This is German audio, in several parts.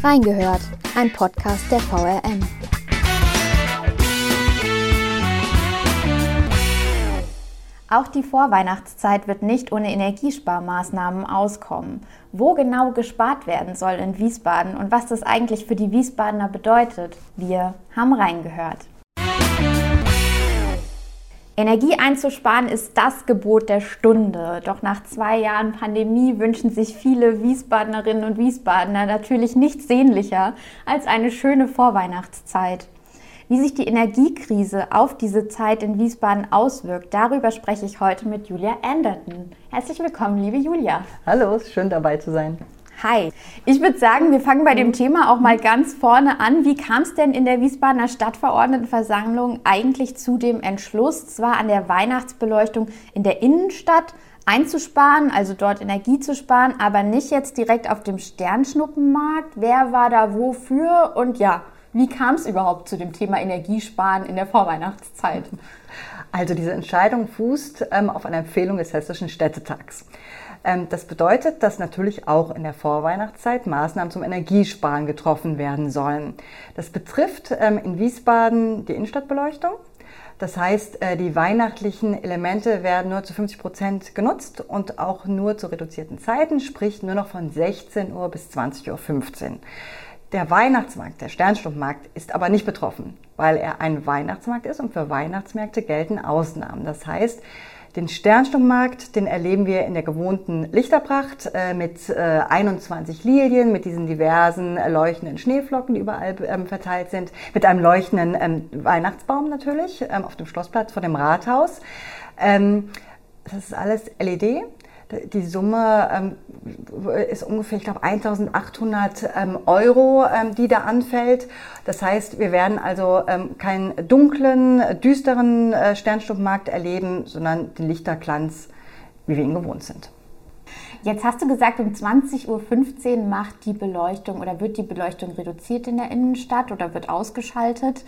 Reingehört, ein Podcast der VRM. Auch die Vorweihnachtszeit wird nicht ohne Energiesparmaßnahmen auskommen. Wo genau gespart werden soll in Wiesbaden und was das eigentlich für die Wiesbadener bedeutet, wir haben reingehört. Energie einzusparen ist das Gebot der Stunde. Doch nach 2 Jahren Pandemie wünschen sich viele Wiesbadnerinnen und Wiesbadener natürlich nichts sehnlicher als eine schöne Vorweihnachtszeit. Wie sich die Energiekrise auf diese Zeit in Wiesbaden auswirkt, darüber spreche ich heute mit Julia Anderton. Herzlich willkommen, liebe Julia. Hallo, schön dabei zu sein. Hi, ich würde sagen, wir fangen bei dem Thema auch mal ganz vorne an. Wie kam es denn in der Wiesbadener Stadtverordnetenversammlung eigentlich zu dem Entschluss, zwar an der Weihnachtsbeleuchtung in der Innenstadt einzusparen, also dort Energie zu sparen, aber nicht jetzt direkt auf dem Sternschnuppenmarkt? Wer war da wofür und ja, wie kam es überhaupt zu dem Thema Energiesparen in der Vorweihnachtszeit? Also diese Entscheidung fußt auf einer Empfehlung des Hessischen Städtetags. Das bedeutet, dass natürlich auch in der Vorweihnachtszeit Maßnahmen zum Energiesparen getroffen werden sollen. Das betrifft in Wiesbaden die Innenstadtbeleuchtung. Das heißt, die weihnachtlichen Elemente werden nur zu 50% genutzt und auch nur zu reduzierten Zeiten, sprich nur noch von 16 Uhr bis 20.15 Uhr. Der Weihnachtsmarkt, der Sternschnuppenmarkt, ist aber nicht betroffen, weil er ein Weihnachtsmarkt ist und für Weihnachtsmärkte gelten Ausnahmen. Das heißt, den Sternschnuppenmarkt, den erleben wir in der gewohnten Lichterpracht mit 21 Lilien, mit diesen diversen leuchtenden Schneeflocken, die überall verteilt sind, mit einem leuchtenden Weihnachtsbaum natürlich auf dem Schlossplatz vor dem Rathaus. Das ist alles LED. Die Summe ist ungefähr, ich glaube, 1.800 Euro, die da anfällt. Das heißt, wir werden also keinen dunklen, düsteren Sternschnuppenmarkt erleben, sondern den Lichterglanz, wie wir ihn gewohnt sind. Jetzt hast du gesagt, um 20.15 Uhr macht die Beleuchtung oder wird die Beleuchtung reduziert in der Innenstadt oder wird ausgeschaltet.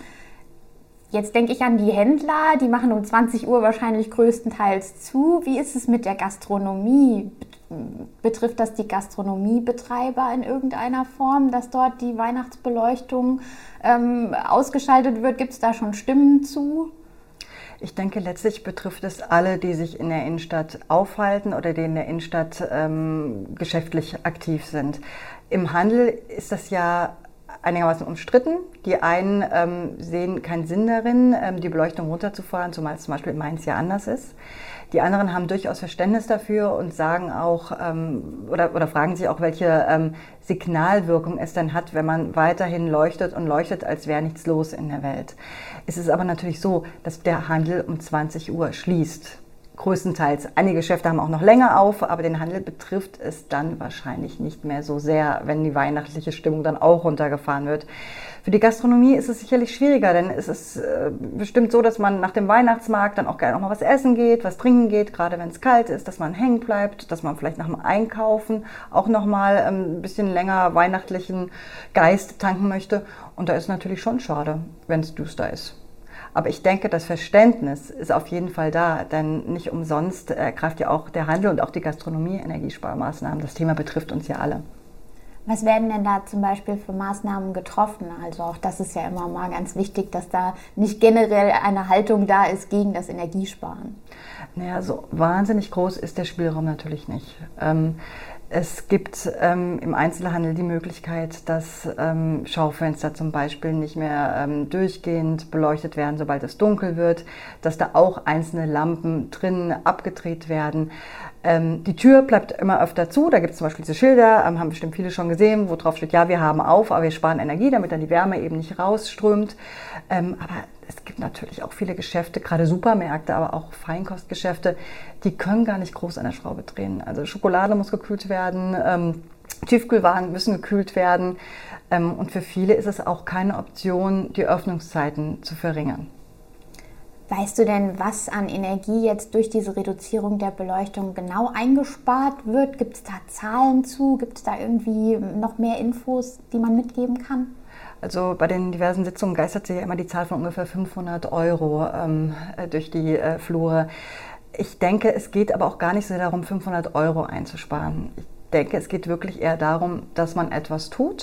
Jetzt denke ich an die Händler, die machen um 20 Uhr wahrscheinlich größtenteils zu. Wie ist es mit der Gastronomie? Betrifft das die Gastronomiebetreiber in irgendeiner Form, dass dort die Weihnachtsbeleuchtung ausgeschaltet wird? Gibt es da schon Stimmen zu? Ich denke, letztlich betrifft es alle, die sich in der Innenstadt aufhalten oder die in der Innenstadt geschäftlich aktiv sind. Im Handel ist das ja einigermaßen umstritten. Die einen sehen keinen Sinn darin, die Beleuchtung runterzufahren, zumal es zum Beispiel in Mainz ja anders ist. Die anderen haben durchaus Verständnis dafür und sagen auch oder fragen sich auch, welche Signalwirkung es dann hat, wenn man weiterhin leuchtet und leuchtet, als wäre nichts los in der Welt. Es ist aber natürlich so, dass der Handel um 20 Uhr schließt. Größtenteils. Einige Geschäfte haben auch noch länger auf, aber den Handel betrifft es dann wahrscheinlich nicht mehr so sehr, wenn die weihnachtliche Stimmung dann auch runtergefahren wird. Für die Gastronomie ist es sicherlich schwieriger, denn es ist bestimmt so, dass man nach dem Weihnachtsmarkt dann auch gerne noch mal was essen geht, was trinken geht, gerade wenn es kalt ist, dass man hängen bleibt, dass man vielleicht nach dem Einkaufen auch noch mal ein bisschen länger weihnachtlichen Geist tanken möchte. Und da ist es natürlich schon schade, wenn es düster ist. Aber ich denke, das Verständnis ist auf jeden Fall da, denn nicht umsonst greift ja auch der Handel und auch die Gastronomie Energiesparmaßnahmen. Das Thema betrifft uns ja alle. Was werden denn da zum Beispiel für Maßnahmen getroffen? Also auch das ist ja immer mal ganz wichtig, dass da nicht generell eine Haltung da ist gegen das Energiesparen. Naja, so wahnsinnig groß ist der Spielraum natürlich nicht. Es gibt im Einzelhandel die Möglichkeit, dass Schaufenster zum Beispiel nicht mehr durchgehend beleuchtet werden, sobald es dunkel wird, dass da auch einzelne Lampen drin abgedreht werden. Die Tür bleibt immer öfter zu, da gibt es zum Beispiel diese Schilder, haben bestimmt viele schon gesehen, wo drauf steht, ja, wir haben auf, aber wir sparen Energie, damit dann die Wärme eben nicht rausströmt. Aber es gibt natürlich auch viele Geschäfte, gerade Supermärkte, aber auch Feinkostgeschäfte, die können gar nicht groß an der Schraube drehen. Also Schokolade muss gekühlt werden, Tiefkühlwaren müssen gekühlt werden. Und für viele ist es auch keine Option, die Öffnungszeiten zu verringern. Weißt du denn, was an Energie jetzt durch diese Reduzierung der Beleuchtung genau eingespart wird? Gibt es da Zahlen zu? Gibt es da irgendwie noch mehr Infos, die man mitgeben kann? Also bei den diversen Sitzungen geistert sich ja immer die Zahl von ungefähr 500 Euro durch die Flure. Ich denke, es geht aber auch gar nicht so darum, 500 Euro einzusparen. Ich denke, es geht wirklich eher darum, dass man etwas tut,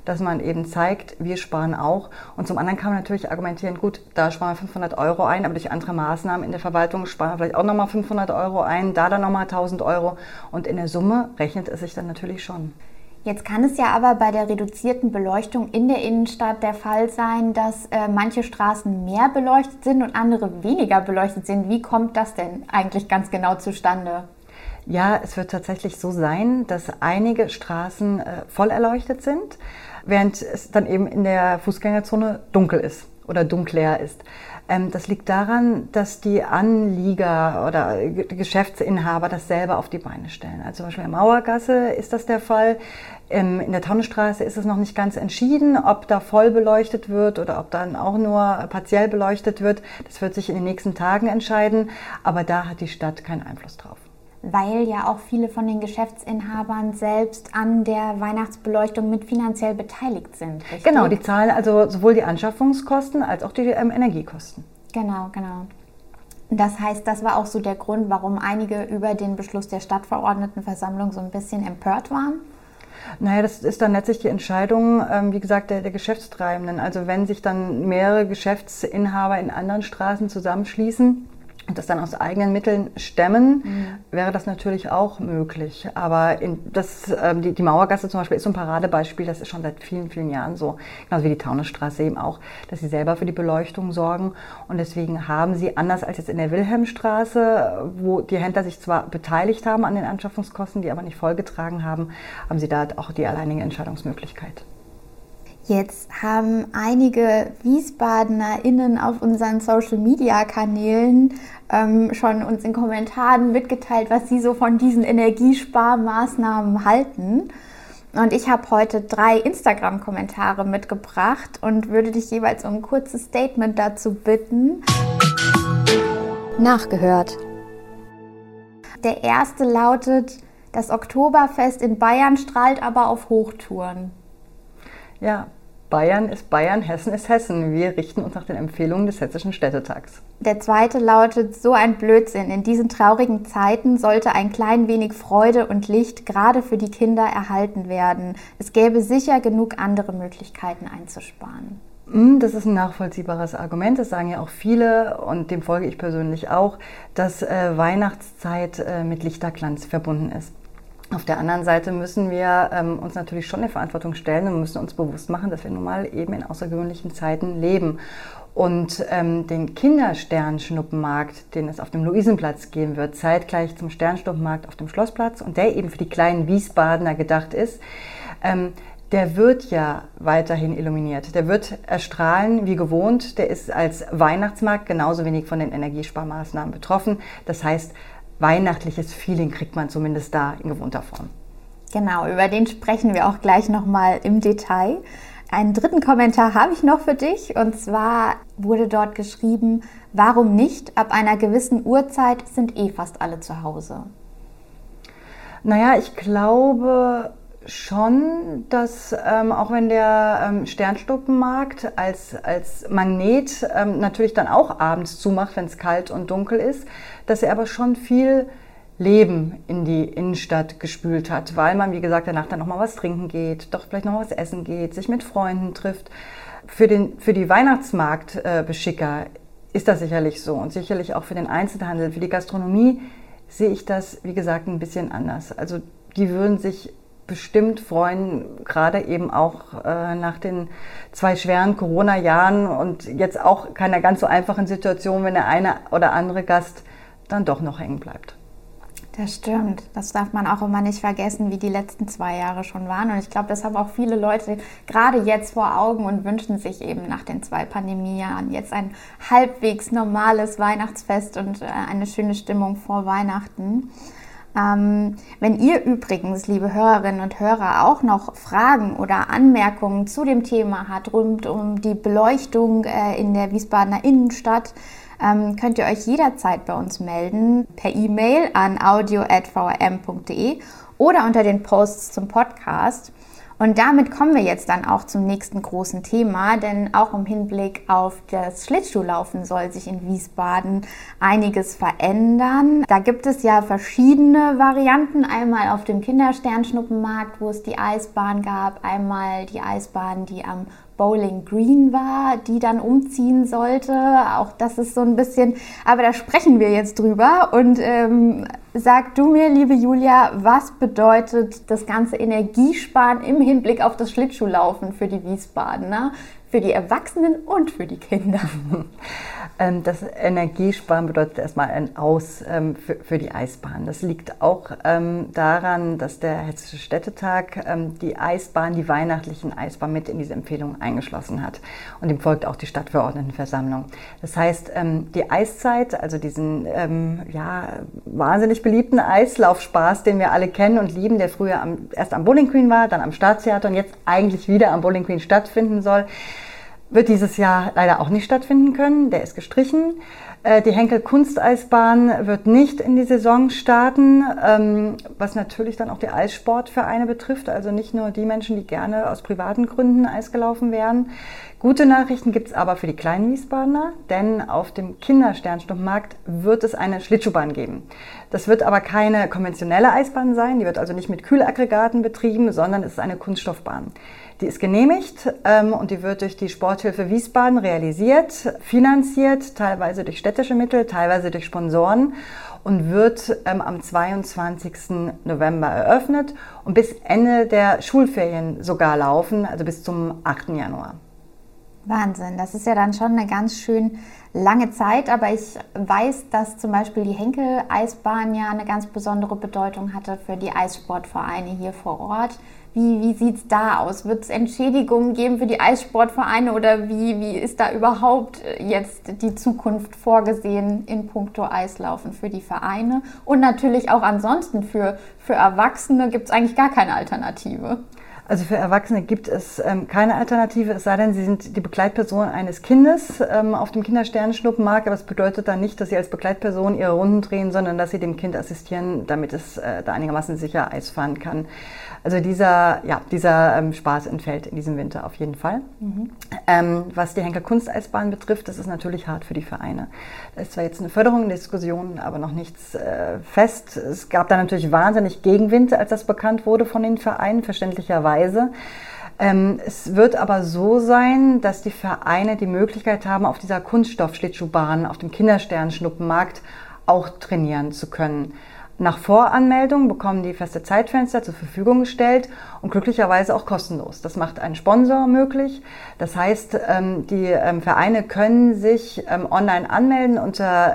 dass man eben zeigt, wir sparen auch. Und zum anderen kann man natürlich argumentieren, gut, da sparen wir 500 Euro ein, aber durch andere Maßnahmen in der Verwaltung sparen wir vielleicht auch nochmal 500 Euro ein, da dann nochmal 1000 Euro. Und in der Summe rechnet es sich dann natürlich schon. Jetzt kann es ja aber bei der reduzierten Beleuchtung in der Innenstadt der Fall sein, dass manche Straßen mehr beleuchtet sind und andere weniger beleuchtet sind. Wie kommt das denn eigentlich ganz genau zustande? Ja, es wird tatsächlich so sein, dass einige Straßen voll erleuchtet sind, während es dann eben in der Fußgängerzone dunkel ist oder dunkler ist. Das liegt daran, dass die Anlieger oder Geschäftsinhaber das selber auf die Beine stellen. Also zum Beispiel in der Mauergasse ist das der Fall. In der Taunustraße ist es noch nicht ganz entschieden, ob da voll beleuchtet wird oder ob dann auch nur partiell beleuchtet wird. Das wird sich in den nächsten Tagen entscheiden, aber da hat die Stadt keinen Einfluss drauf. Weil ja auch viele von den Geschäftsinhabern selbst an der Weihnachtsbeleuchtung mit finanziell beteiligt sind, richtig? Genau, die zahlen also sowohl die Anschaffungskosten als auch die Energiekosten. Genau. Das heißt, das war auch so der Grund, warum einige über den Beschluss der Stadtverordnetenversammlung so ein bisschen empört waren? Naja, das ist dann letztlich die Entscheidung, wie gesagt, der Geschäftstreibenden. Also wenn sich dann mehrere Geschäftsinhaber in anderen Straßen zusammenschließen und das dann aus eigenen Mitteln stemmen, wäre das natürlich auch möglich. Aber die Mauergasse zum Beispiel ist so ein Paradebeispiel, das ist schon seit vielen, vielen Jahren so. Genauso wie die Taunusstraße eben auch, dass sie selber für die Beleuchtung sorgen. Und deswegen haben sie, anders als jetzt in der Wilhelmstraße, wo die Händler sich zwar beteiligt haben an den Anschaffungskosten, die aber nicht vollgetragen haben, haben sie da auch die alleinige Entscheidungsmöglichkeit. Jetzt haben einige WiesbadenerInnen auf unseren Social-Media-Kanälen schon uns in Kommentaren mitgeteilt, was sie so von diesen Energiesparmaßnahmen halten. Und ich habe heute 3 Instagram-Kommentare mitgebracht und würde dich jeweils um ein kurzes Statement dazu bitten. Nachgehört. Der erste lautet: Das Oktoberfest in Bayern strahlt aber auf Hochtouren. Ja, Bayern ist Bayern, Hessen ist Hessen. Wir richten uns nach den Empfehlungen des Hessischen Städtetags. Der zweite lautet: So ein Blödsinn. In diesen traurigen Zeiten sollte ein klein wenig Freude und Licht gerade für die Kinder erhalten werden. Es gäbe sicher genug andere Möglichkeiten einzusparen. Das ist ein nachvollziehbares Argument. Das sagen ja auch viele und dem folge ich persönlich auch, dass Weihnachtszeit mit Lichterglanz verbunden ist. Auf der anderen Seite müssen wir uns natürlich schon der Verantwortung stellen und müssen uns bewusst machen, dass wir nun mal eben in außergewöhnlichen Zeiten leben. Und den Kindersternschnuppenmarkt, den es auf dem Luisenplatz geben wird, zeitgleich zum Sternschnuppenmarkt auf dem Schlossplatz und der eben für die kleinen Wiesbadener gedacht ist, der wird ja weiterhin illuminiert. Der wird erstrahlen wie gewohnt. Der ist als Weihnachtsmarkt genauso wenig von den Energiesparmaßnahmen betroffen. Das heißt, weihnachtliches Feeling kriegt man zumindest da in gewohnter Form. Genau, über den sprechen wir auch gleich nochmal im Detail. Einen dritten Kommentar habe ich noch für dich, und zwar wurde dort geschrieben: Warum nicht? Ab einer gewissen Uhrzeit sind fast alle zu Hause. Naja, ich glaube schon, dass auch wenn der Sternschnuppenmarkt als Magnet natürlich dann auch abends zumacht, wenn es kalt und dunkel ist, dass er aber schon viel Leben in die Innenstadt gespült hat, weil man, wie gesagt, danach dann nochmal was trinken geht, doch vielleicht noch was essen geht, sich mit Freunden trifft. Für die Weihnachtsmarktbeschicker ist das sicherlich so und sicherlich auch für den Einzelhandel, für die Gastronomie sehe ich das, wie gesagt, ein bisschen anders. Also die würden sich bestimmt freuen, gerade eben auch nach den 2 schweren Corona-Jahren und jetzt auch keiner ganz so einfachen Situation, wenn der eine oder andere Gast dann doch noch hängen bleibt. Das stimmt. Das darf man auch immer nicht vergessen, wie die letzten 2 Jahre schon waren. Und ich glaube, das haben auch viele Leute gerade jetzt vor Augen und wünschen sich eben nach den 2 Pandemiejahren jetzt ein halbwegs normales Weihnachtsfest und eine schöne Stimmung vor Weihnachten. Wenn ihr übrigens, liebe Hörerinnen und Hörer, auch noch Fragen oder Anmerkungen zu dem Thema habt, rund um die Beleuchtung in der Wiesbadener Innenstadt, könnt ihr euch jederzeit bei uns melden, per E-Mail an audio@vrm.de oder unter den Posts zum Podcast. Und damit kommen wir jetzt dann auch zum nächsten großen Thema, denn auch im Hinblick auf das Schlittschuhlaufen soll sich in Wiesbaden einiges verändern. Da gibt es ja verschiedene Varianten, einmal auf dem Kindersternschnuppenmarkt, wo es die Eisbahn gab, einmal die Eisbahn, die am Bowling Green war, die dann umziehen sollte. Auch das ist so ein bisschen, aber da sprechen wir jetzt drüber. Und sag du mir, liebe Julia, was bedeutet das ganze Energiesparen im Hinblick auf das Schlittschuhlaufen für die Wiesbadener, für die Erwachsenen und für die Kinder? Das Energiesparen bedeutet erstmal ein Aus für die Eisbahn. Das liegt auch daran, dass der Hessische Städtetag die Eisbahn, die weihnachtlichen Eisbahnen mit in diese Empfehlung eingeschlossen hat. Und dem folgt auch die Stadtverordnetenversammlung. Das heißt, die Eiszeit, also diesen wahnsinnig beliebten Eislaufspaß, den wir alle kennen und lieben, der früher erst am Bowling Green war, dann am Staatstheater und jetzt eigentlich wieder am Bowling Green stattfinden soll, wird dieses Jahr leider auch nicht stattfinden können. Der ist gestrichen. Die Henkel Kunsteisbahn wird nicht in die Saison starten, was natürlich dann auch die Eissportvereine betrifft. Also nicht nur die Menschen, die gerne aus privaten Gründen Eis gelaufen wären. Gute Nachrichten gibt es aber für die kleinen Wiesbadener, denn auf dem Kindersternschnuppenmarkt wird es eine Schlittschuhbahn geben. Das wird aber keine konventionelle Eisbahn sein, die wird also nicht mit Kühlaggregaten betrieben, sondern es ist eine Kunststoffbahn. Die ist genehmigt und die wird durch die Sporthilfe Wiesbaden realisiert, finanziert, teilweise durch städtische Mittel, teilweise durch Sponsoren und wird am 22. November eröffnet und bis Ende der Schulferien sogar laufen, also bis zum 8. Januar. Wahnsinn, das ist ja dann schon eine ganz schön lange Zeit, aber ich weiß, dass zum Beispiel die Henkel-Eisbahn ja eine ganz besondere Bedeutung hatte für die Eissportvereine hier vor Ort. Wie sieht es da aus? Wird es Entschädigungen geben für die Eissportvereine oder wie ist da überhaupt jetzt die Zukunft vorgesehen in puncto Eislaufen für die Vereine? Und natürlich auch ansonsten für Erwachsene gibt es eigentlich gar keine Alternative. Also für Erwachsene gibt es keine Alternative, es sei denn, sie sind die Begleitperson eines Kindes auf dem Kindersternschnuppenmarkt. Aber das bedeutet dann nicht, dass sie als Begleitperson ihre Runden drehen, sondern dass sie dem Kind assistieren, damit es da einigermaßen sicher Eis fahren kann. Also dieser Spaß entfällt in diesem Winter auf jeden Fall. Was die Henkel Kunsteisbahn betrifft, das ist natürlich hart für die Vereine. Da ist zwar jetzt eine Förderung, eine Diskussion, aber noch nichts fest. Es gab da natürlich wahnsinnig Gegenwind, als das bekannt wurde von den Vereinen, verständlicherweise. Es wird aber so sein, dass die Vereine die Möglichkeit haben, auf dieser Kunststoff-Schlittschuhbahn, auf dem Kindersternschnuppenmarkt auch trainieren zu können. Nach Voranmeldung bekommen die feste Zeitfenster zur Verfügung gestellt und glücklicherweise auch kostenlos. Das macht ein Sponsor möglich. Das heißt, die Vereine können sich online anmelden unter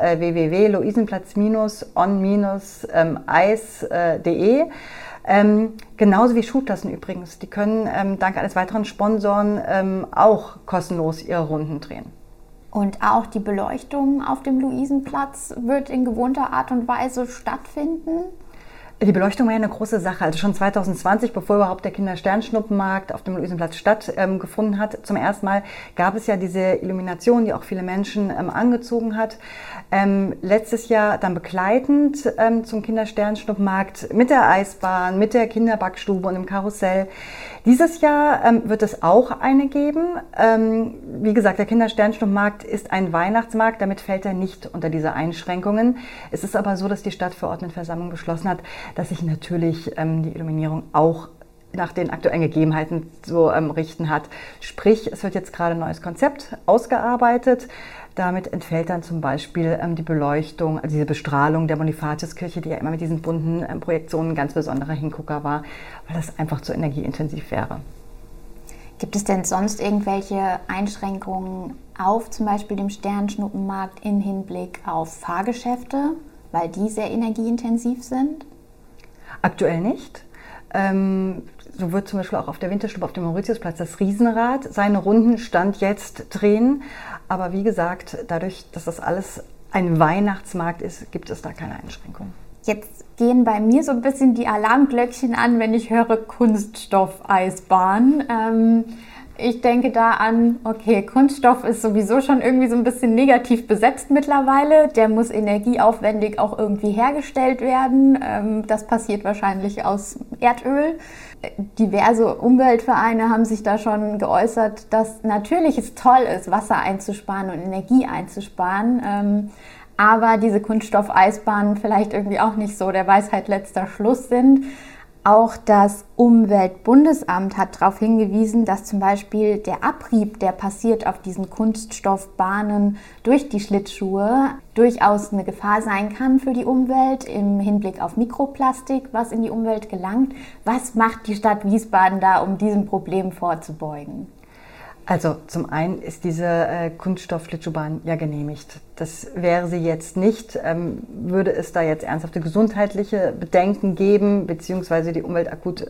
www.luisenplatz-on-eis.de. Genauso wie Schulklassen übrigens. Die können dank eines weiteren Sponsoren auch kostenlos ihre Runden drehen. Und auch die Beleuchtung auf dem Luisenplatz wird in gewohnter Art und Weise stattfinden? Die Beleuchtung war ja eine große Sache. Also schon 2020, bevor überhaupt der Kindersternschnuppenmarkt auf dem Luisenplatz stattgefunden hat, zum ersten Mal gab es ja diese Illumination, die auch viele Menschen angezogen hat. Letztes Jahr dann begleitend zum Kindersternschnuppenmarkt mit der Eisbahn, mit der Kinderbackstube und dem Karussell. Dieses Jahr wird es auch eine geben. Wie gesagt, der Kindersternschnuppenmarkt ist ein Weihnachtsmarkt, damit fällt er nicht unter diese Einschränkungen. Es ist aber so, dass die Stadtverordnetenversammlung beschlossen hat, dass sich natürlich die Illuminierung auch nach den aktuellen Gegebenheiten so richten hat. Sprich, es wird jetzt gerade ein neues Konzept ausgearbeitet. Damit entfällt dann zum Beispiel die Beleuchtung, also diese Bestrahlung der Bonifatiuskirche, die ja immer mit diesen bunten Projektionen ein ganz besonderer Hingucker war, weil das einfach zu energieintensiv wäre. Gibt es denn sonst irgendwelche Einschränkungen auf zum Beispiel dem Sternschnuppenmarkt im Hinblick auf Fahrgeschäfte, weil die sehr energieintensiv sind? Aktuell nicht. So wird zum Beispiel auch auf der Winterstube auf dem Mauritiusplatz das Riesenrad seine Runden Stand jetzt drehen. Aber wie gesagt, dadurch, dass das alles ein Weihnachtsmarkt ist, gibt es da keine Einschränkungen. Jetzt gehen bei mir so ein bisschen die Alarmglöckchen an, wenn ich höre Kunststoff-Eisbahn. Ich denke da an, okay, Kunststoff ist sowieso schon irgendwie so ein bisschen negativ besetzt mittlerweile. Der muss energieaufwendig auch irgendwie hergestellt werden. Das passiert wahrscheinlich aus Erdöl. Diverse Umweltvereine haben sich da schon geäußert, dass natürlich es toll ist, Wasser einzusparen und Energie einzusparen. Aber diese Kunststoffeisbahnen vielleicht irgendwie auch nicht so der Weisheit letzter Schluss sind. Auch das Umweltbundesamt hat darauf hingewiesen, dass zum Beispiel der Abrieb, der passiert auf diesen Kunststoffbahnen durch die Schlittschuhe, durchaus eine Gefahr sein kann für die Umwelt im Hinblick auf Mikroplastik, was in die Umwelt gelangt. Was macht die Stadt Wiesbaden da, um diesem Problem vorzubeugen? Also zum einen ist diese Kunststoff-Schlittschuhbahn ja genehmigt. Das wäre sie jetzt nicht, würde es da jetzt ernsthafte gesundheitliche Bedenken geben, beziehungsweise die Umwelt akut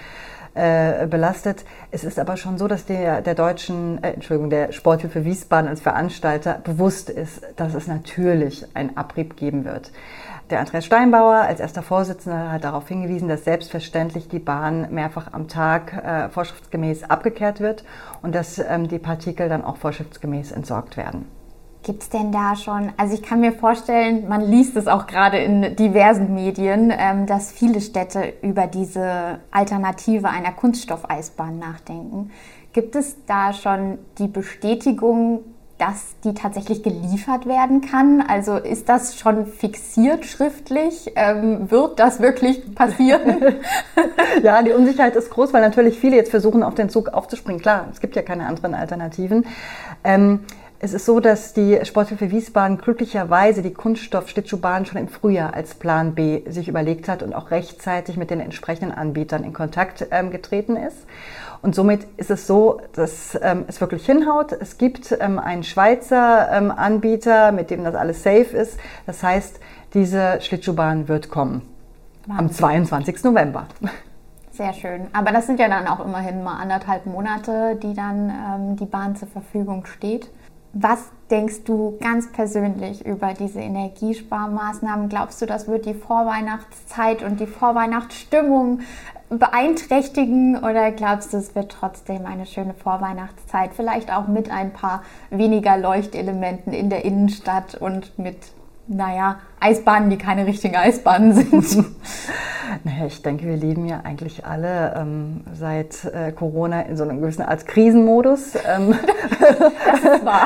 belastet. Es ist aber schon so, dass der Sporthilfe Wiesbaden als Veranstalter bewusst ist, dass es natürlich einen Abrieb geben wird. Der Andreas Steinbauer als erster Vorsitzender hat darauf hingewiesen, dass selbstverständlich die Bahn mehrfach am Tag vorschriftsgemäß abgekehrt wird und dass die Partikel dann auch vorschriftsgemäß entsorgt werden. Gibt es denn da schon, also ich kann mir vorstellen, man liest es auch gerade in diversen Medien, dass viele Städte über diese Alternative einer Kunststoffeisbahn nachdenken. Gibt es da schon die Bestätigung, dass die tatsächlich geliefert werden kann? Also ist das schon fixiert schriftlich? Wird das wirklich passieren? Ja, die Unsicherheit ist groß, weil natürlich viele jetzt versuchen, auf den Zug aufzuspringen. Klar, es gibt ja keine anderen Alternativen. Es ist so, dass die Sporthilfe Wiesbaden glücklicherweise die Kunststoff-Schlittschuhbahn schon im Frühjahr als Plan B sich überlegt hat und auch rechtzeitig mit den entsprechenden Anbietern in Kontakt getreten ist. Und somit ist es so, dass es wirklich hinhaut. Es gibt einen Schweizer Anbieter, mit dem das alles safe ist. Das heißt, diese Schlittschuhbahn wird kommen. Wahnsinn. Am 22. November. Sehr schön. Aber das sind ja dann auch immerhin mal 1,5 Monate, die dann die Bahn zur Verfügung steht. Was denkst du ganz persönlich über diese Energiesparmaßnahmen? Glaubst du, das wird die Vorweihnachtszeit und die Vorweihnachtsstimmung beeinträchtigen? Oder glaubst du, es wird trotzdem eine schöne Vorweihnachtszeit, vielleicht auch mit ein paar weniger Leuchtelementen in der Innenstadt und mit, Eisbahnen, die keine richtigen Eisbahnen sind? Naja, ich denke, wir leben ja eigentlich alle seit Corona in so einem gewissen Art Krisenmodus. Das ist wahr.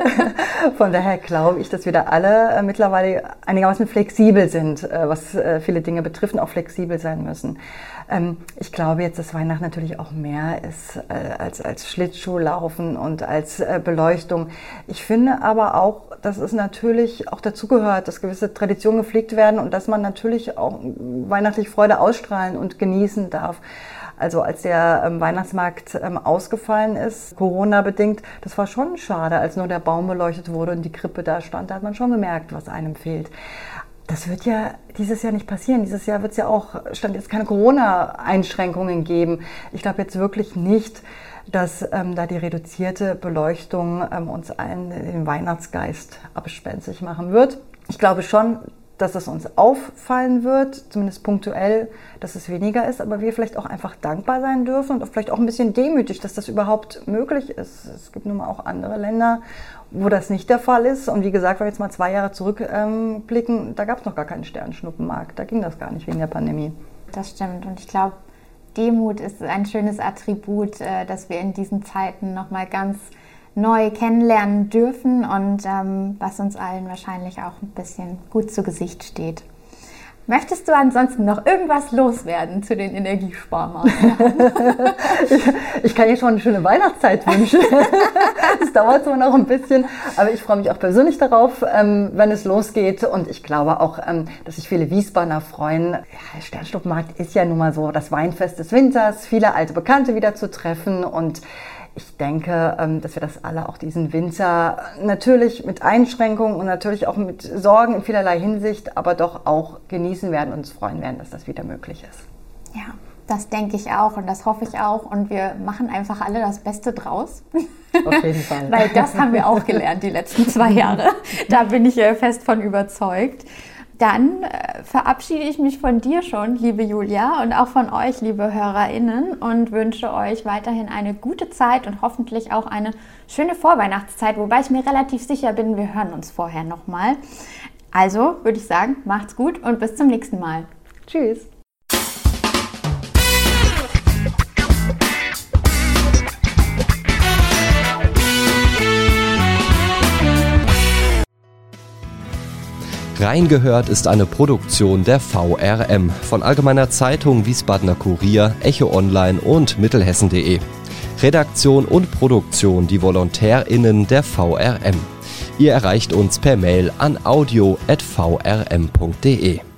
Von daher glaube ich, dass wir da alle mittlerweile einigermaßen flexibel sind, was viele Dinge betrifft, und auch flexibel sein müssen. Ich glaube jetzt, dass Weihnachten natürlich auch mehr ist als Schlittschuhlaufen und als Beleuchtung. Ich finde aber auch, dass es natürlich auch dazugehört, dass gewisse Traditionen gepflegt werden und dass man natürlich auch weihnachtliche Freude ausstrahlen und genießen darf. Also als der Weihnachtsmarkt ausgefallen ist, Corona-bedingt, das war schon schade, als nur der Baum beleuchtet wurde und die Krippe da stand. Da hat man schon gemerkt, was einem fehlt. Das wird ja dieses Jahr nicht passieren. Dieses Jahr wird es ja auch, stand jetzt keine Corona-Einschränkungen geben. Ich glaube jetzt wirklich nicht, dass da die reduzierte Beleuchtung uns allen den Weihnachtsgeist abspenstig machen wird. Ich glaube schon, dass es uns auffallen wird, zumindest punktuell, dass es weniger ist, aber wir vielleicht auch einfach dankbar sein dürfen und vielleicht auch ein bisschen demütig, dass das überhaupt möglich ist. Es gibt nun mal auch andere Länder, wo das nicht der Fall ist. Und wie gesagt, wenn wir jetzt mal 2 Jahre zurückblicken, da gab es noch gar keinen Sternschnuppenmarkt. Da ging das gar nicht wegen der Pandemie. Das stimmt. Und ich glaube, Demut ist ein schönes Attribut, das wir in diesen Zeiten nochmal ganz neu kennenlernen dürfen und was uns allen wahrscheinlich auch ein bisschen gut zu Gesicht steht. Möchtest du ansonsten noch irgendwas loswerden zu den Energiesparmaßnahmen? Ich kann dir schon eine schöne Weihnachtszeit wünschen. Es dauert zwar noch ein bisschen, aber ich freue mich auch persönlich darauf, wenn es losgeht. Und ich glaube auch, dass sich viele Wiesbadener freuen. Ja, der Sternschnuppenmarkt ist ja nun mal so das Weinfest des Winters, viele alte Bekannte wieder zu treffen. Und ich denke, dass wir das alle auch diesen Winter natürlich mit Einschränkungen und natürlich auch mit Sorgen in vielerlei Hinsicht, aber doch auch genießen werden und uns freuen werden, dass das wieder möglich ist. Ja, das denke ich auch und das hoffe ich auch und wir machen einfach alle das Beste draus. Auf jeden Fall. Weil das haben wir auch gelernt die letzten 2 Jahre. Da bin ich fest von überzeugt. Dann verabschiede ich mich von dir schon, liebe Julia, und auch von euch, liebe HörerInnen, und wünsche euch weiterhin eine gute Zeit und hoffentlich auch eine schöne Vorweihnachtszeit, wobei ich mir relativ sicher bin, wir hören uns vorher nochmal. Also würde ich sagen, macht's gut und bis zum nächsten Mal. Tschüss. Reingehört ist eine Produktion der VRM von Allgemeiner Zeitung, Wiesbadener Kurier, Echo Online und Mittelhessen.de. Redaktion und Produktion die VolontärInnen der VRM. Ihr erreicht uns per Mail an audio@vrm.de.